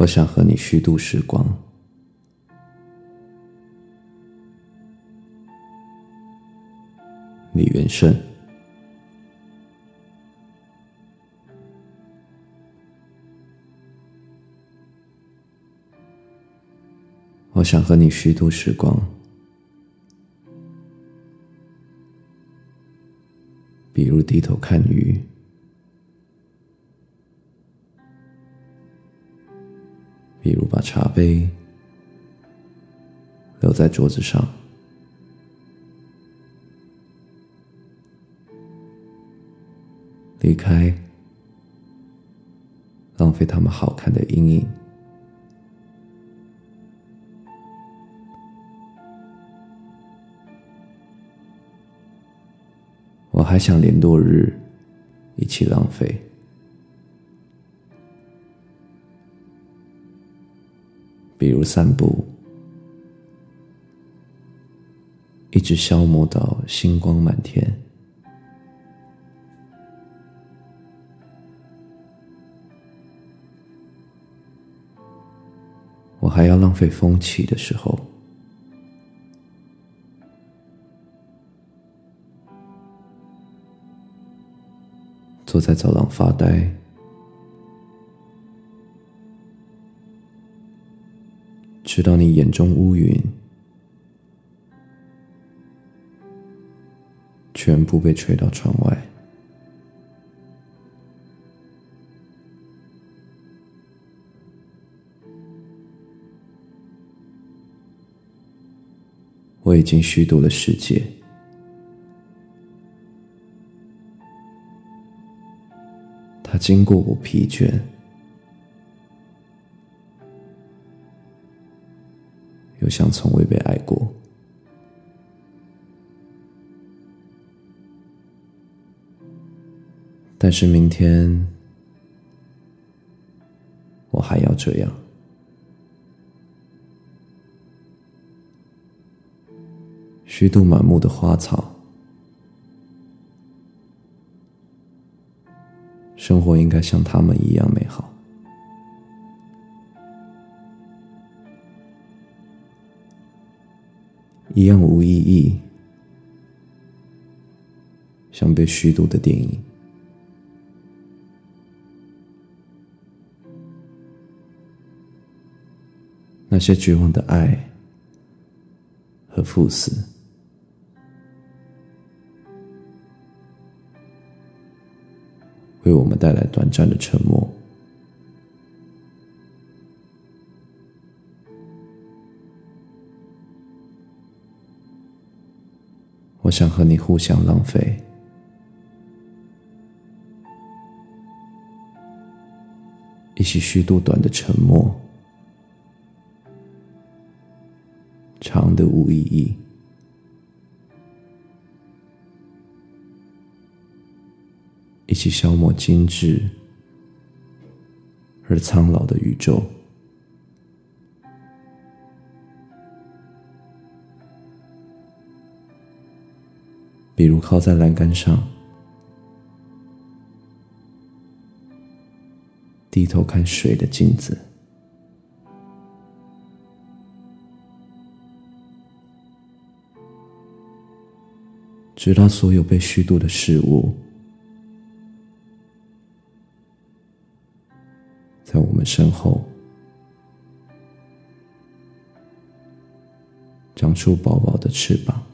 我想和你虚度时光。李元胜。我想和你虚度时光，比如低头看鱼，比如把茶杯留在桌子上，离开，浪费他们好看的阴影。我还想连落日一起浪费，比如散步，一直消磨到星光满天。我还要浪费风起的时候，坐在走廊发呆，直到你眼中乌云全部被吹到窗外。我已经虚度了世界，它经过我疲倦，又像从未被爱过。但是明天，我还要这样。虚度满目的花草，生活应该像他们一样美好。一样无意义，像被虚度的电影。那些绝望的爱和赴死，为我们带来短暂的沉默。我想和你互相浪费，一起虚度短的沉默，长的无意义。一起消磨精致而苍老的宇宙。比如靠在栏杆上，低头看水的镜子，直到所有被虚度的事物在我们身后长出薄薄的翅膀。